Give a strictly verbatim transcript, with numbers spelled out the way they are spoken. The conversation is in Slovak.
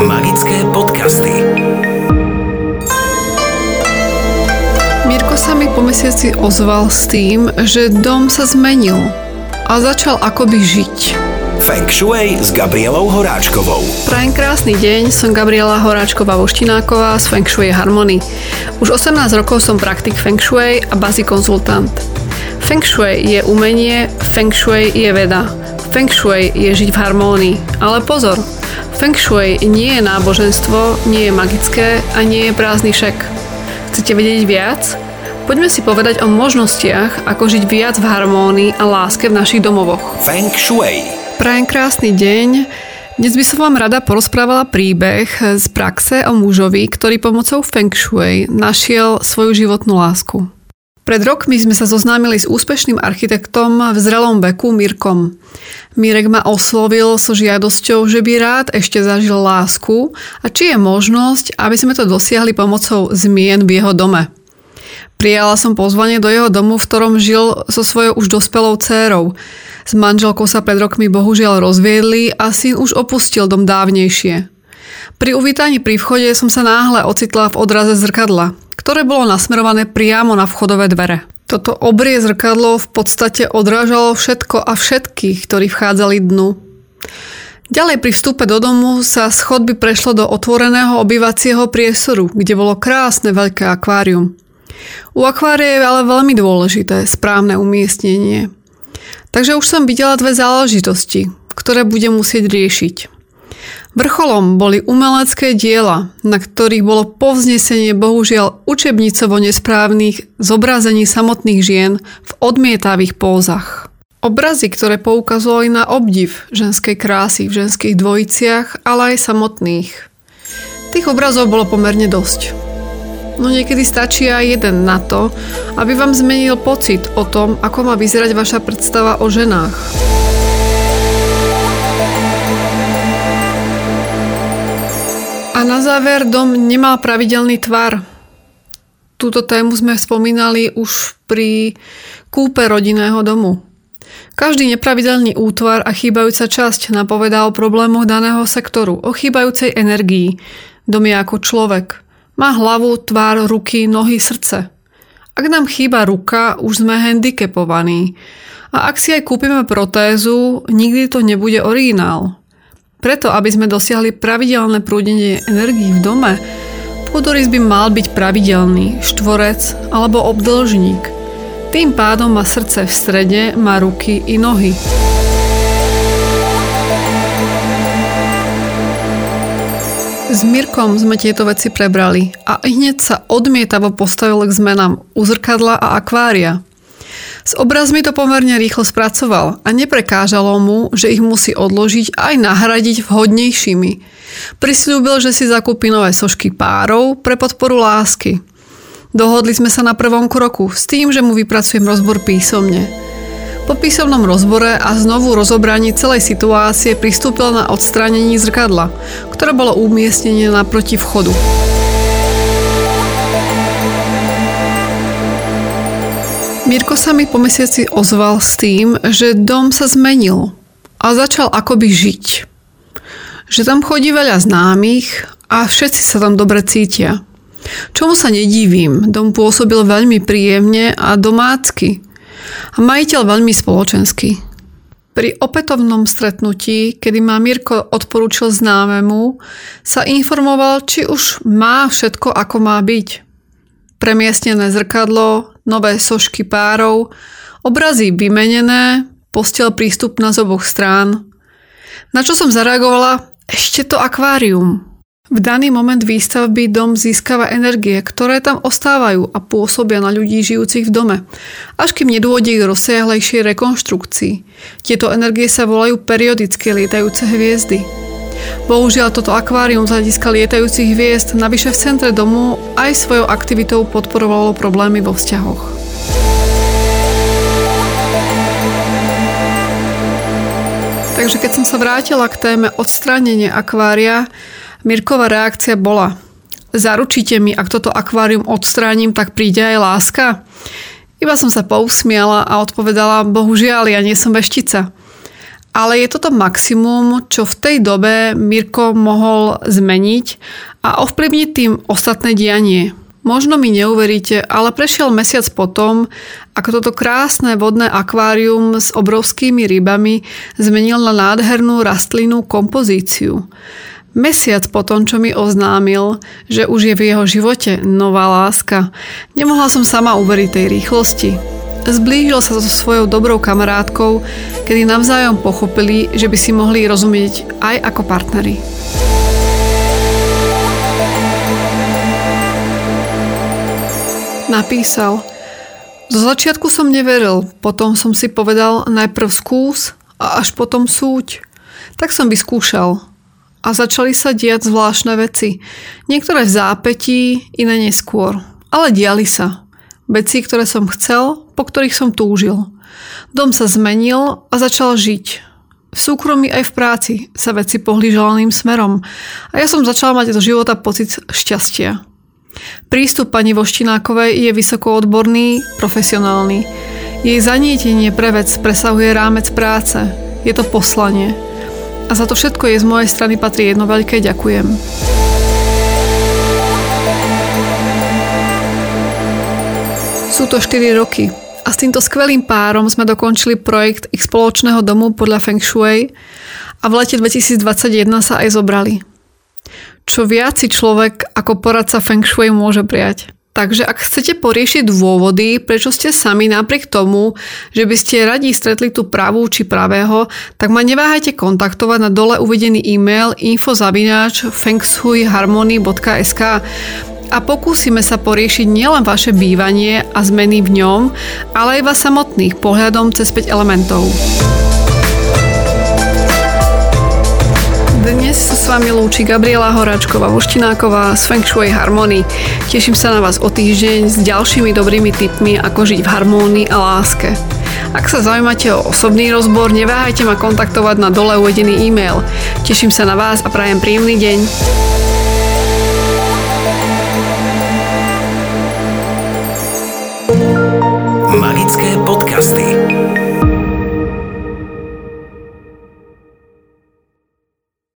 Magické podcasty. Mirko sa mi po mesiaci ozval s tým, že dom sa zmenil a začal akoby žiť. Feng Shui s Gabrielou Horáčkovou. Prajem krásny deň, som Gabriela Horáčková-Voštináková z Feng Shui Harmony. Už osemnásť rokov som praktik Feng Shui a bazí konzultant. Feng Shui je umenie, Feng Shui je veda. Feng Shui je žiť v harmónii. Ale pozor, Feng Shui nie je náboženstvo, nie je magické a nie je prázdny šek. Chcete vedieť viac? Poďme si povedať o možnostiach, ako žiť viac v harmónii a láske v našich domovoch. Feng Shui. Prajem krásny deň. Dnes by som vám rada porozprávala príbeh z praxe o mužovi, ktorý pomocou Feng Shui našiel svoju životnú lásku. Pred rokmi sme sa zoznámili s úspešným architektom v zrelom veku Mirkom. Mirek ma oslovil so žiadosťou, že by rád ešte zažil lásku a či je možnosť, aby sme to dosiahli pomocou zmien v jeho dome. Prijala som pozvanie do jeho domu, v ktorom žil so svojou už dospelou dcérou. S manželkou sa pred rokmi bohužiaľ rozviedli a syn už opustil dom dávnejšie. Pri uvítaní pri vchode som sa náhle ocitla v odraze zrkadla, ktoré bolo nasmerované priamo na vchodové dvere. Toto obrie zrkadlo v podstate odrážalo všetko a všetkých, ktorí vchádzali dnu. Ďalej pri vstupe do domu sa z chodby prešlo do otvoreného obývacieho priestoru, kde bolo krásne veľké akvárium. U akvária je ale veľmi dôležité správne umiestnenie. Takže už som videla dve záležitosti, ktoré budem musieť riešiť. Vrcholom boli umelecké diela, na ktorých bolo povznesenie bohužiaľ učebnicovo nesprávnych zobrazení samotných žien v odmietavých pózach. Obrazy, ktoré poukazovali na obdiv ženskej krásy v ženských dvojiciach, ale aj samotných. Tých obrazov bolo pomerne dosť. No niekedy stačí aj jeden na to, aby vám zmenil pocit o tom, ako má vyzerať vaša predstava o ženách. A na záver, dom nemal pravidelný tvar. Túto tému sme spomínali už pri kúpe rodinného domu. Každý nepravidelný útvar a chýbajúca časť napovedá o problémoch daného sektoru, o chýbajúcej energii. Dom je ako človek. Má hlavu, tvár, ruky, nohy, srdce. Ak nám chýba ruka, už sme handicapovaní. A ak si aj kúpime protézu, nikdy to nebude originál. Preto, aby sme dosiahli pravidelné prúdenie energií v dome, pôdorys by mal byť pravidelný, štvorec alebo obdĺžnik. Tým pádom má srdce v strede, má ruky i nohy. S Mirkom sme tieto veci prebrali a hneď sa odmietavo postavil k zmenám u zrkadla a akvária. S obrazmi to pomerne rýchlo spracoval a neprekážalo mu, že ich musí odložiť a aj nahradiť vhodnejšími. Prisľúbil, že si zakúpi nové sošky párov pre podporu lásky. Dohodli sme sa na prvom kroku s tým, že mu vypracujem rozbor písomne. Po písomnom rozbore a znovu rozobraní celej situácie pristúpil na odstránení zrkadla, ktoré bolo umiestnené naproti vchodu. Mirko sa mi po mesiaci ozval s tým, že dom sa zmenil a začal akoby žiť. Že tam chodí veľa známych a všetci sa tam dobre cítia. Čomu sa nedivím, dom pôsobil veľmi príjemne a domácky. A majiteľ veľmi spoločenský. Pri opätovnom stretnutí, kedy ma Mirko odporúčil známemu, sa informoval, či už má všetko, ako má byť. Premiestnené zrkadlo, nové sošky párov, obrazy vymenené, posteľ prístupná z oboch strán. Na čo som zareagovala? Ešte to akvárium. V daný moment výstavby dom získava energie, ktoré tam ostávajú a pôsobia na ľudí žijúcich v dome, až kým nedôjde k rozsiahlejšej rekonštrukcii. Tieto energie sa volajú periodické lietajúce hviezdy. Bohužiaľ toto akvárium z hľadiska lietajúcich hviezd navyše v centre domu aj svojou aktivitou podporovalo problémy vo vzťahoch. Takže keď som sa vrátila k téme odstránenia akvária, Mirková reakcia bola: zaručíte mi, ak toto akvárium odstránim, tak príde aj láska? Iba som sa pousmiala a odpovedala: bohužiaľ, ja nie som veštica. Ale je toto maximum, čo v tej dobe Mirko mohol zmeniť a ovplyvniť tým ostatné dianie. Možno mi neuveríte, ale prešiel mesiac potom, ako toto krásne vodné akvárium s obrovskými rybami zmenil na nádhernú rastlinnú kompozíciu. Mesiac potom, čo mi oznámil, že už je v jeho živote nová láska, nemohla som sama uveriť tej rýchlosti. Zblížil sa so svojou dobrou kamarátkou, kedy navzájom pochopili, že by si mohli rozumieť aj ako partneri. Napísal: zo začiatku som neveril, potom som si povedal najprv skús a až potom súď. Tak som vyskúšal. A začali sa diať zvláštne veci. Niektoré v zápätí, iné neskôr. Ale diali sa. Veci, ktoré som chcel, po ktorých som túžil. Dom sa zmenil a začal žiť. V súkromí aj v práci sa veci pohli želaným smerom. A ja som začal mať do života pocit šťastia. Prístup pani Voštinákovej je vysokoodborný, profesionálny. Jej zanietenie pre vec presahuje rámec práce. Je to poslanie. A za to všetko jej z mojej strany patrí jedno veľké ďakujem. Sú to štyri roky a s týmto skvelým párom sme dokončili projekt ich spoločného domu podľa Feng Shui a v lete dvetisícdvadsaťjeden sa aj zobrali. Čo viac si človek ako poradca Feng Shui môže prijať. Takže ak chcete poriešiť dôvody, prečo ste sami napriek tomu, že by ste radi stretli tú pravú či pravého, tak ma neváhajte kontaktovať na dole uvedený e-mail info zavináč fengshuiharmony bodka es ká a pokúsime sa poriešiť nielen vaše bývanie a zmeny v ňom, ale aj vás samotných pohľadom cez päť elementov. Dnes sa s vami lúči Gabriela Horáčková-Voštináková z Feng Shui Harmony. Teším sa na vás o týždeň s ďalšími dobrými tipmi, ako žiť v harmónii a láske. Ak sa zaujímate o osobný rozbor, neváhajte ma kontaktovať na dole uvedený e-mail. Teším sa na vás a prajem príjemný deň.